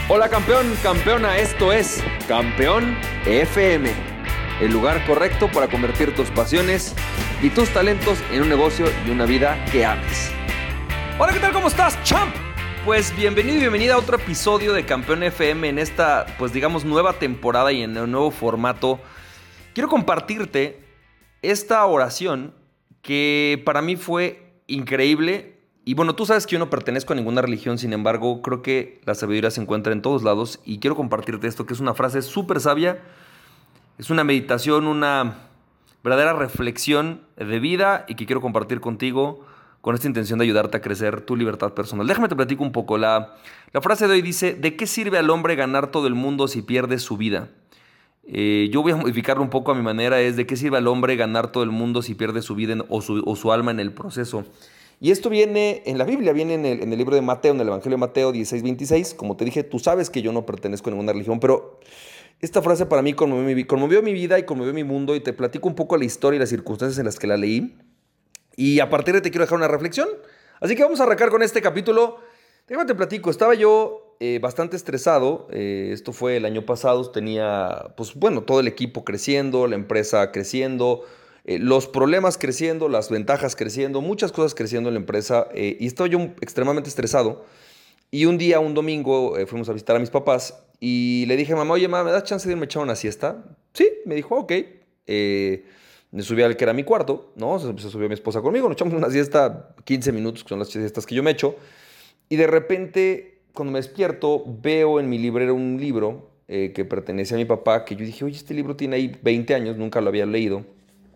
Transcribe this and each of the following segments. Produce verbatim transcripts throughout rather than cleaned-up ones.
Hola campeón, campeona, esto es Campeón F M, el lugar correcto para convertir tus pasiones y tus talentos en un negocio y una vida que ames. Hola, ¿qué tal? ¿Cómo estás, champ? Pues bienvenido y bienvenida a otro episodio de Campeón F M en esta, pues digamos, nueva temporada y en el nuevo formato. Quiero compartirte esta oración que para mí fue increíble. Y bueno, tú sabes que yo no pertenezco a ninguna religión, sin embargo, creo que la sabiduría se encuentra en todos lados y quiero compartirte esto, que es una frase súper sabia, es una meditación, una verdadera reflexión de vida y que quiero compartir contigo con esta intención de ayudarte a crecer tu libertad personal. Déjame te platico un poco. La, la frase de hoy dice: ¿de qué sirve al hombre ganar todo el mundo si pierde su vida? Eh, yo voy a modificarlo un poco a mi manera, es: ¿de qué sirve al hombre ganar todo el mundo si pierde su vida en, o, su, o su alma en el proceso? Y esto viene en la Biblia, viene en el, en el libro de Mateo, en el Evangelio de Mateo dieciséis veintiséis. Como te dije, tú sabes que yo no pertenezco a ninguna religión, pero esta frase para mí conmovió mi, conmovió mi vida y conmovió mi mundo, y te platico un poco la historia y las circunstancias en las que la leí. Y a partir de ahí te quiero dejar una reflexión. Así que vamos a arrancar con este capítulo. Déjame te platico, estaba yo eh, bastante estresado. Eh, esto fue el año pasado, tenía, pues bueno, todo el equipo creciendo, la empresa creciendo, Eh, los problemas creciendo, las ventajas creciendo, muchas cosas creciendo en la empresa, eh, y estaba yo extremadamente estresado. Y un día, un domingo, eh, fuimos a visitar a mis papás y le dije a mamá: oye, mamá, ¿me das chance de irme a echar una siesta? Sí, me dijo, ok. Eh, me subí al que era mi cuarto, ¿no? Se, se subió mi esposa conmigo, nos echamos una siesta, quince minutos, que son las siestas que yo me echo. Y de repente, cuando me despierto, veo en mi librero un libro eh, que pertenece a mi papá, que yo dije: oye, este libro tiene ahí veinte años, nunca lo había leído.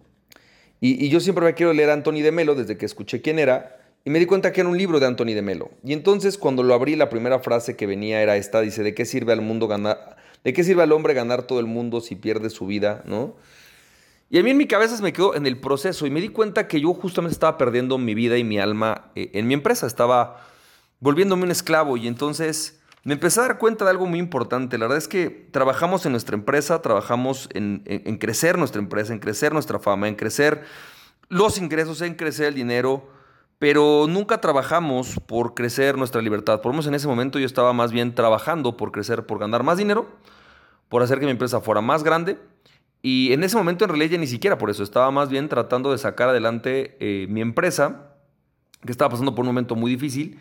Y, y yo siempre me quiero leer a Anthony de Melo desde que escuché quién era, y me di cuenta que era un libro de Anthony de Melo. Y entonces cuando lo abrí, la primera frase que venía era esta, dice: ¿de qué sirve al mundo ganar, de qué sirve al hombre ganar todo el mundo si pierde su vida, ¿no? Y a mí en mi cabeza se me quedó en el proceso y me di cuenta que yo justamente estaba perdiendo mi vida y mi alma eh, en mi empresa, estaba volviéndome un esclavo. Y entonces me empecé a dar cuenta de algo muy importante. La verdad es que trabajamos en nuestra empresa, trabajamos en, en, en crecer nuestra empresa, en crecer nuestra fama, en crecer los ingresos, en crecer el dinero, pero nunca trabajamos por crecer nuestra libertad. Por lo menos en ese momento yo estaba más bien trabajando por crecer, por ganar más dinero, por hacer que mi empresa fuera más grande. Y en ese momento en realidad ya ni siquiera por eso, estaba más bien tratando de sacar adelante eh, mi empresa, que estaba pasando por un momento muy difícil.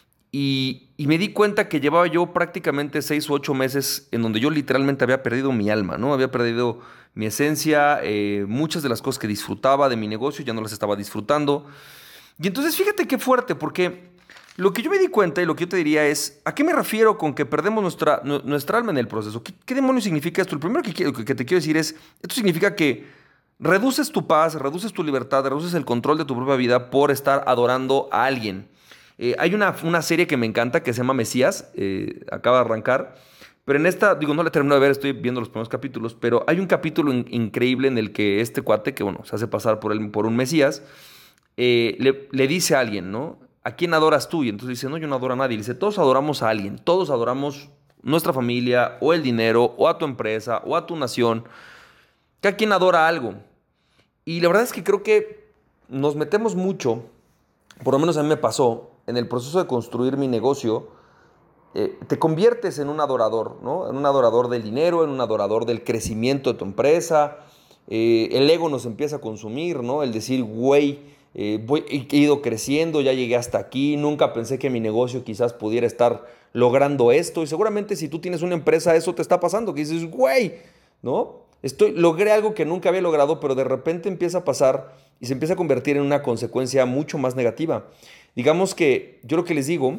Y, y me di cuenta que llevaba yo prácticamente seis u ocho meses en donde yo literalmente había perdido mi alma, ¿no? Había perdido mi esencia, eh, muchas de las cosas que disfrutaba de mi negocio ya no las estaba disfrutando. Y entonces fíjate qué fuerte, porque lo que yo me di cuenta y lo que yo te diría es: ¿a qué me refiero con que perdemos nuestra, nu- nuestra alma en el proceso? ¿Qué, qué demonios significa esto? El primero que, quiero- que te quiero decir es: esto significa que reduces tu paz, reduces tu libertad, reduces el control de tu propia vida por estar adorando a alguien. Eh, hay una, una serie que me encanta que se llama Mesías, eh, acaba de arrancar, pero en esta, digo, no la termino de ver, estoy viendo los primeros capítulos, pero hay un capítulo in- increíble en el que este cuate, que bueno, se hace pasar por, él, por un Mesías, eh, le, le dice a alguien, ¿no? ¿A quién adoras tú? Y entonces dice: no, yo no adoro a nadie. Y dice: todos adoramos a alguien, todos adoramos nuestra familia, o el dinero, o a tu empresa, o a tu nación. Cada quien adora algo. Y la verdad es que creo que nos metemos mucho, por lo menos a mí me pasó, en el proceso de construir mi negocio. Eh, te conviertes en un adorador, ¿no? En un adorador del dinero, en un adorador del crecimiento de tu empresa. Eh, el ego nos empieza a consumir, ¿no? El decir: güey, eh, voy- he ido creciendo, ya llegué hasta aquí, nunca pensé que mi negocio quizás pudiera estar logrando esto. Y seguramente si tú tienes una empresa, eso te está pasando, que dices: güey, ¿no? Estoy, logré algo que nunca había logrado, pero de repente empieza a pasar y se empieza a convertir en una consecuencia mucho más negativa. Digamos que yo lo que les digo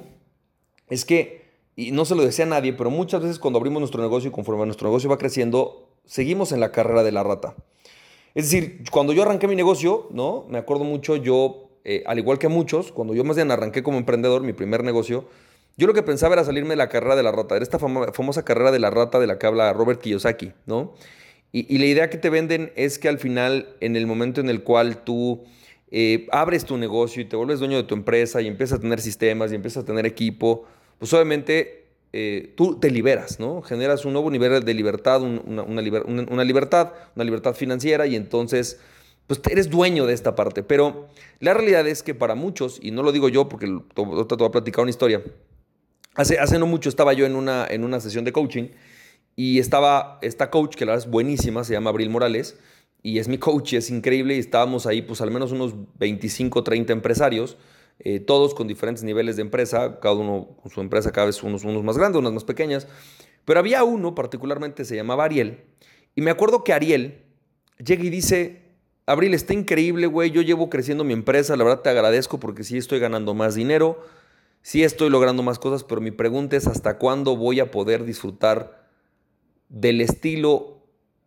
es que, y no se lo decía a nadie, pero muchas veces cuando abrimos nuestro negocio y conforme nuestro negocio va creciendo, seguimos en la carrera de la rata. Es decir, cuando yo arranqué mi negocio, ¿no? Me acuerdo mucho, yo, eh, al igual que muchos, cuando yo más bien arranqué como emprendedor, mi primer negocio, yo lo que pensaba era salirme de la carrera de la rata. Era esta fama- famosa carrera de la rata de la que habla Robert Kiyosaki, ¿no? Y, y la idea que te venden es que al final, en el momento en el cual tú eh, abres tu negocio y te vuelves dueño de tu empresa y empiezas a tener sistemas y empiezas a tener equipo, pues obviamente eh, tú te liberas, ¿no? Generas un nuevo nivel de libertad, un- una, una liber- una- una libertad, una libertad financiera, y entonces pues eres dueño de esta parte. Pero la realidad es que para muchos, y no lo digo yo porque te, te voy a platicar una historia, Hace, hace no mucho estaba yo en una, en una sesión de coaching y estaba esta coach, que la verdad es buenísima, se llama Abril Morales, y es mi coach, y es increíble, y estábamos ahí pues al menos unos veinticinco, treinta empresarios, eh, todos con diferentes niveles de empresa, cada uno con su empresa, cada vez unos, unos más grandes, unas más pequeñas, pero había uno particularmente, se llamaba Ariel, y me acuerdo que Ariel llega y dice: Abril, está increíble, güey, yo llevo creciendo mi empresa, la verdad te agradezco porque sí estoy ganando más dinero, sí estoy logrando más cosas, pero mi pregunta es: ¿hasta cuándo voy a poder disfrutar del estilo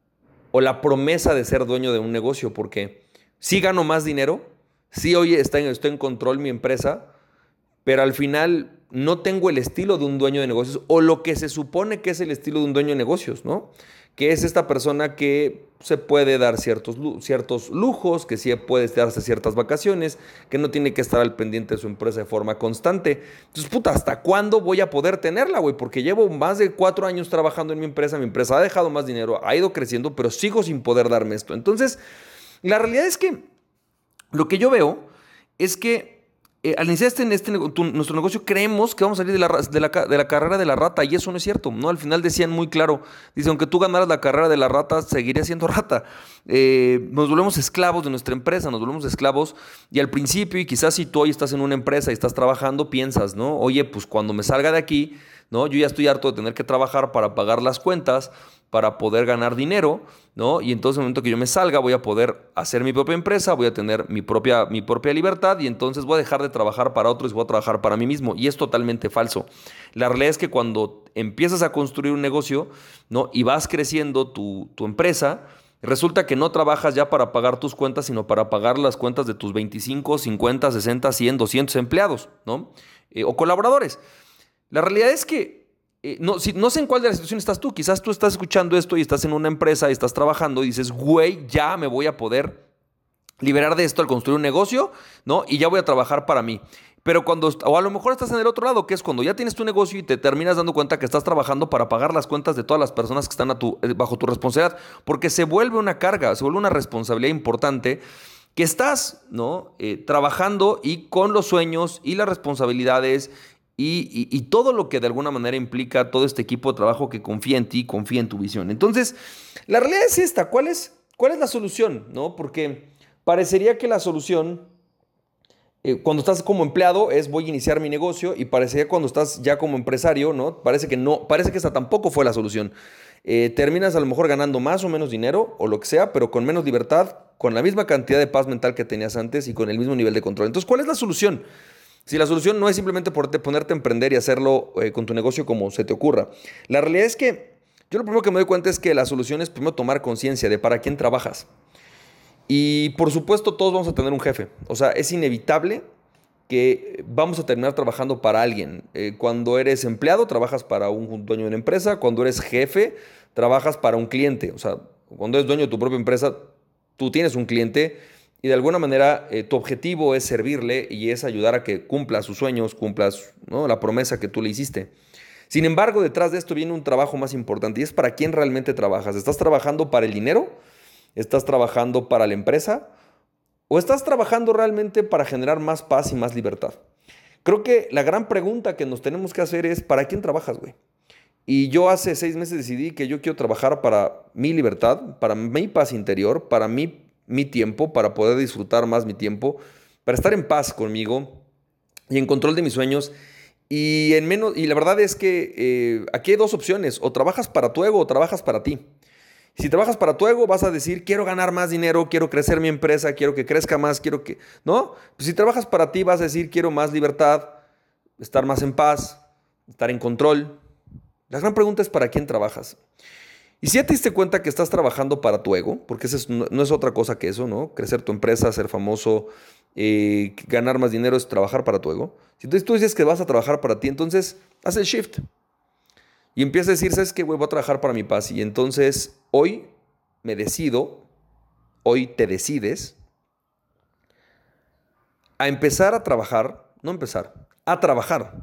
o la promesa de ser dueño de un negocio? Porque sí gano más dinero, sí hoy está en, estoy en control mi empresa, pero al final no tengo el estilo de un dueño de negocios, o lo que se supone que es el estilo de un dueño de negocios, ¿no? Que es esta persona que se puede dar ciertos, ciertos lujos, que sí puede darse ciertas vacaciones, que no tiene que estar al pendiente de su empresa de forma constante. Entonces, puta, ¿hasta cuándo voy a poder tenerla, güey? Porque llevo más de cuatro años trabajando en mi empresa, mi empresa ha dejado más dinero, ha ido creciendo, pero sigo sin poder darme esto. Entonces, la realidad es que lo que yo veo es que eh, al iniciar este, este, tu, nuestro negocio, creemos que vamos a salir de la, de, la, de la carrera de la rata, y eso no es cierto, ¿no? Al final decían muy claro, dice, aunque tú ganaras la carrera de la rata, seguirías siendo rata. Eh, nos volvemos esclavos de nuestra empresa, nos volvemos esclavos, y al principio, y quizás si tú hoy estás en una empresa y estás trabajando, piensas, ¿no? Oye, pues cuando me salga de aquí, ¿no? Yo ya estoy harto de tener que trabajar para pagar las cuentas, para poder ganar dinero, ¿no? Y entonces en el momento que yo me salga voy a poder hacer mi propia empresa, voy a tener mi propia, mi propia libertad, y entonces voy a dejar de trabajar para otros y voy a trabajar para mí mismo. Y es totalmente falso. La realidad es que cuando empiezas a construir un negocio, ¿no? Y vas creciendo tu, tu empresa, resulta que no trabajas ya para pagar tus cuentas, sino para pagar las cuentas de tus veinticinco, cincuenta, sesenta, cien, doscientos empleados, ¿no? Eh, o colaboradores. La realidad es que eh, no, si, no sé en cuál de las situaciones estás tú. Quizás tú estás escuchando esto y estás en una empresa y estás trabajando y dices, güey, ya me voy a poder liberar de esto al construir un negocio, ¿no? Y ya voy a trabajar para mí. Pero cuando, o a lo mejor estás en el otro lado, que es cuando ya tienes tu negocio y te terminas dando cuenta que estás trabajando para pagar las cuentas de todas las personas que están a tu, bajo tu responsabilidad, porque se vuelve una carga, se vuelve una responsabilidad importante, que estás, ¿no? Eh, trabajando y con los sueños y las responsabilidades y, y, y todo lo que de alguna manera implica todo este equipo de trabajo que confía en ti, confía en tu visión. Entonces, la realidad es esta. ¿Cuál es, cuál es la solución? ¿No? Porque parecería que la solución, eh, cuando estás como empleado, es voy a iniciar mi negocio, y parecería cuando estás ya como empresario, ¿no? Parece que no, parece que esa tampoco fue la solución. Eh, terminas a lo mejor ganando más o menos dinero o lo que sea, pero con menos libertad, con la misma cantidad de paz mental que tenías antes y con el mismo nivel de control. Entonces, ¿cuál es la solución? Si la solución no es simplemente ponerte a emprender y hacerlo eh, con tu negocio como se te ocurra. La realidad es que yo lo primero que me doy cuenta es que la solución es primero tomar conciencia de para quién trabajas. Y por supuesto todos vamos a tener un jefe. O sea, es inevitable que vamos a terminar trabajando para alguien. Eh, cuando eres empleado, trabajas para un dueño de una empresa. Cuando eres jefe, trabajas para un cliente. O sea, cuando eres dueño de tu propia empresa, tú tienes un cliente y de alguna manera eh, tu objetivo es servirle y es ayudar a que cumpla sus sueños, cumplas, ¿no?, la promesa que tú le hiciste. Sin embargo, detrás de esto viene un trabajo más importante, y es para quién realmente trabajas. ¿Estás trabajando para el dinero? ¿Estás trabajando para la empresa? ¿O estás trabajando realmente para generar más paz y más libertad? Creo que la gran pregunta que nos tenemos que hacer es, ¿para quién trabajas, güey? Y yo hace seis meses decidí que yo quiero trabajar para mi libertad, para mi paz interior, para mi, mi tiempo, para poder disfrutar más mi tiempo, para estar en paz conmigo y en control de mis sueños. Y, en menos, y la verdad es que eh, aquí hay dos opciones: o trabajas para tu ego o trabajas para ti. Si trabajas para tu ego, vas a decir, quiero ganar más dinero, quiero crecer mi empresa, quiero que crezca más, quiero que... ¿No? Pues si trabajas para ti, vas a decir, quiero más libertad, estar más en paz, estar en control. La gran pregunta es, ¿para quién trabajas? Y si ya te diste cuenta que estás trabajando para tu ego, porque eso es, no, no es otra cosa que eso, ¿no? Crecer tu empresa, ser famoso, eh, ganar más dinero es trabajar para tu ego. Si entonces tú dices que vas a trabajar para ti, entonces haz el shift. Y empieza a decir, ¿sabes qué, güey? Voy a trabajar para mi paz. Y entonces hoy me decido, hoy te decides a empezar a trabajar, no empezar, a trabajar,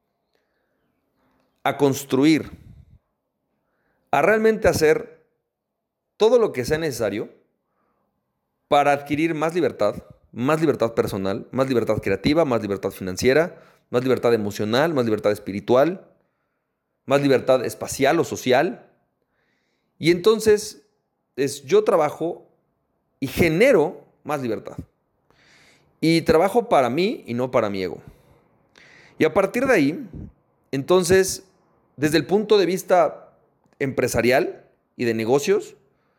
a construir, a realmente hacer todo lo que sea necesario para adquirir más libertad, más libertad personal, más libertad creativa, más libertad financiera, más libertad emocional, más libertad espiritual, más libertad espacial o social. Y entonces es, yo trabajo y genero más libertad. Y trabajo para mí y no para mi ego. Y a partir de ahí, entonces, desde el punto de vista empresarial y de negocios,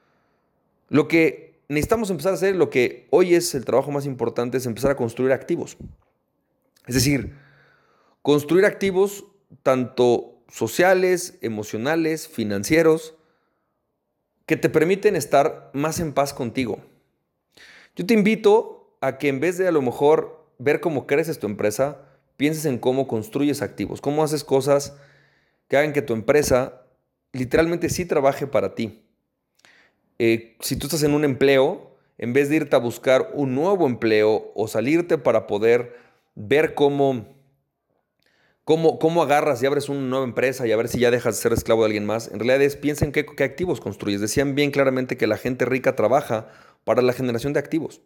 lo que necesitamos empezar a hacer, lo que hoy es el trabajo más importante, es empezar a construir activos. Es decir, construir activos tanto sociales, emocionales, financieros, que te permiten estar más en paz contigo. Yo te invito a que en vez de a lo mejor ver cómo creces tu empresa, pienses en cómo construyes activos, cómo haces cosas que hagan que tu empresa literalmente sí trabaje para ti. Eh, si tú estás en un empleo, en vez de irte a buscar un nuevo empleo o salirte para poder ver cómo, cómo, cómo agarras y abres una nueva empresa y a ver si ya dejas de ser esclavo de alguien más, en realidad es piensa en qué, qué activos construyes. Decían bien claramente que la gente rica trabaja para la generación de activos,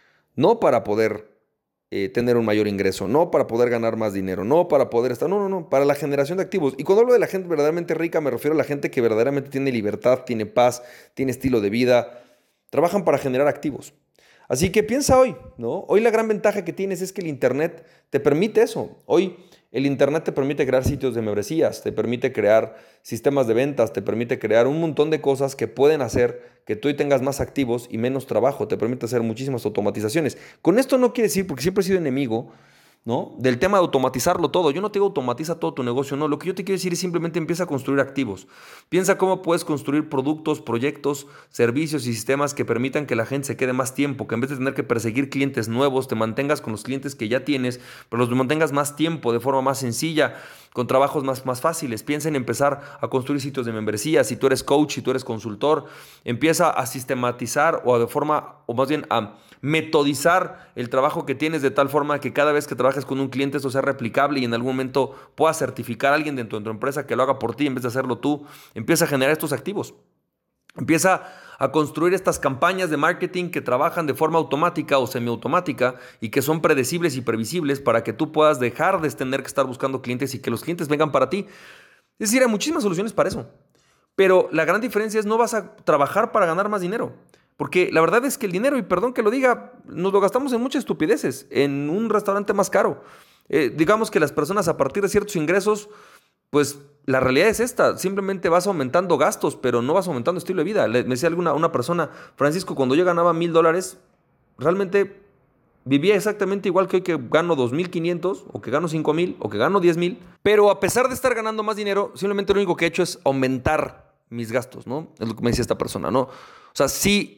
no para poder eh, tener un mayor ingreso, no para poder ganar más dinero, no para poder estar, no, no, no, para la generación de activos. Y cuando hablo de la gente verdaderamente rica, me refiero a la gente que verdaderamente tiene libertad, tiene paz, tiene estilo de vida, trabajan para generar activos. Así que piensa hoy, ¿no? Hoy la gran ventaja que tienes es que el Internet te permite eso. Hoy el Internet te permite crear sitios de membresías, te permite crear sistemas de ventas, te permite crear un montón de cosas que pueden hacer que tú hoy tengas más activos y menos trabajo, te permite hacer muchísimas automatizaciones. Con esto no quiere decir, porque siempre he sido enemigo, ¿no?, del tema de automatizarlo todo. Yo no te digo automatiza todo tu negocio, no. Lo que yo te quiero decir es simplemente empieza a construir activos. Piensa cómo puedes construir productos, proyectos, servicios y sistemas que permitan que la gente se quede más tiempo, que en vez de tener que perseguir clientes nuevos, te mantengas con los clientes que ya tienes, pero los mantengas más tiempo, de forma más sencilla, con trabajos más, más fáciles. Piensa en empezar a construir sitios de membresía. Si tú eres coach, si tú eres consultor, empieza a sistematizar o de forma, o más bien a metodizar el trabajo que tienes de tal forma que cada vez que trabajes con un cliente eso sea replicable y en algún momento puedas certificar a alguien dentro de tu empresa que lo haga por ti en vez de hacerlo tú. Empieza a generar estos activos. Empieza a construir estas campañas de marketing que trabajan de forma automática o semiautomática y que son predecibles y previsibles para que tú puedas dejar de tener que estar buscando clientes y que los clientes vengan para ti. Es decir, hay muchísimas soluciones para eso. Pero la gran diferencia es no vas a trabajar para ganar más dinero. Porque la verdad es que el dinero, y perdón que lo diga, nos lo gastamos en muchas estupideces, en un restaurante más caro. Eh, digamos que las personas a partir de ciertos ingresos, pues la realidad es esta, simplemente vas aumentando gastos, pero no vas aumentando estilo de vida. Le, me decía alguna una persona, Francisco, cuando yo ganaba mil dólares, realmente vivía exactamente igual que hoy que gano dos mil quinientos, o que gano cinco mil, o que gano diez mil, pero a pesar de estar ganando más dinero, simplemente lo único que he hecho es aumentar mis gastos, ¿no? Es lo que me decía esta persona, ¿no? O sea, sí...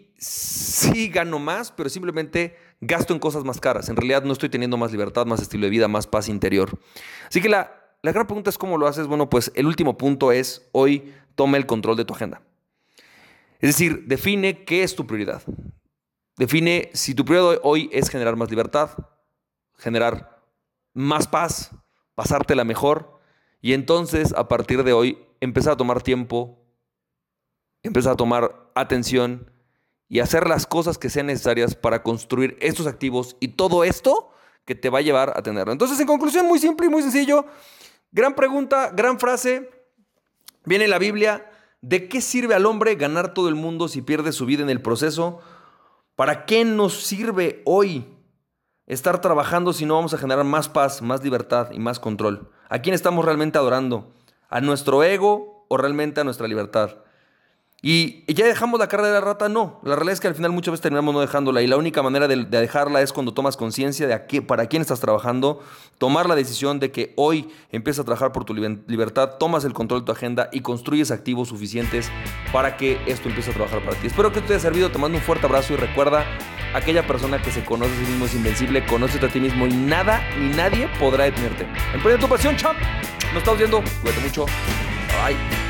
Sí gano más, pero simplemente gasto en cosas más caras. En realidad no estoy teniendo más libertad, más estilo de vida, más paz interior. Así que la, la gran pregunta es ¿cómo lo haces? Bueno, pues el último punto es hoy toma el control de tu agenda. Es decir, define qué es tu prioridad. Define si tu prioridad hoy es generar más libertad, generar más paz, pasártela mejor y entonces a partir de hoy empezar a tomar tiempo, empezar a tomar atención y hacer las cosas que sean necesarias para construir estos activos y todo esto que te va a llevar a tenerlo. Entonces, en conclusión, muy simple y muy sencillo. Gran pregunta, gran frase. Viene en la Biblia. ¿De qué sirve al hombre ganar todo el mundo si pierde su vida en el proceso? ¿Para qué nos sirve hoy estar trabajando si no vamos a generar más paz, más libertad y más control? ¿A quién estamos realmente adorando? ¿A nuestro ego o realmente a nuestra libertad? ¿Y ya dejamos la carrera de la rata? No. La realidad es que al final muchas veces terminamos no dejándola y la única manera de, de dejarla es cuando tomas conciencia de a qué, para quién estás trabajando, tomar la decisión de que hoy empiezas a trabajar por tu libertad, tomas el control de tu agenda y construyes activos suficientes para que esto empiece a trabajar para ti. Espero que esto te haya servido, te mando un fuerte abrazo y recuerda, aquella persona que se conoce a sí mismo es invencible, conócete a ti mismo y nada ni nadie podrá detenerte. Emprende tu pasión, champ. Nos estamos viendo. Cuídate mucho. Bye.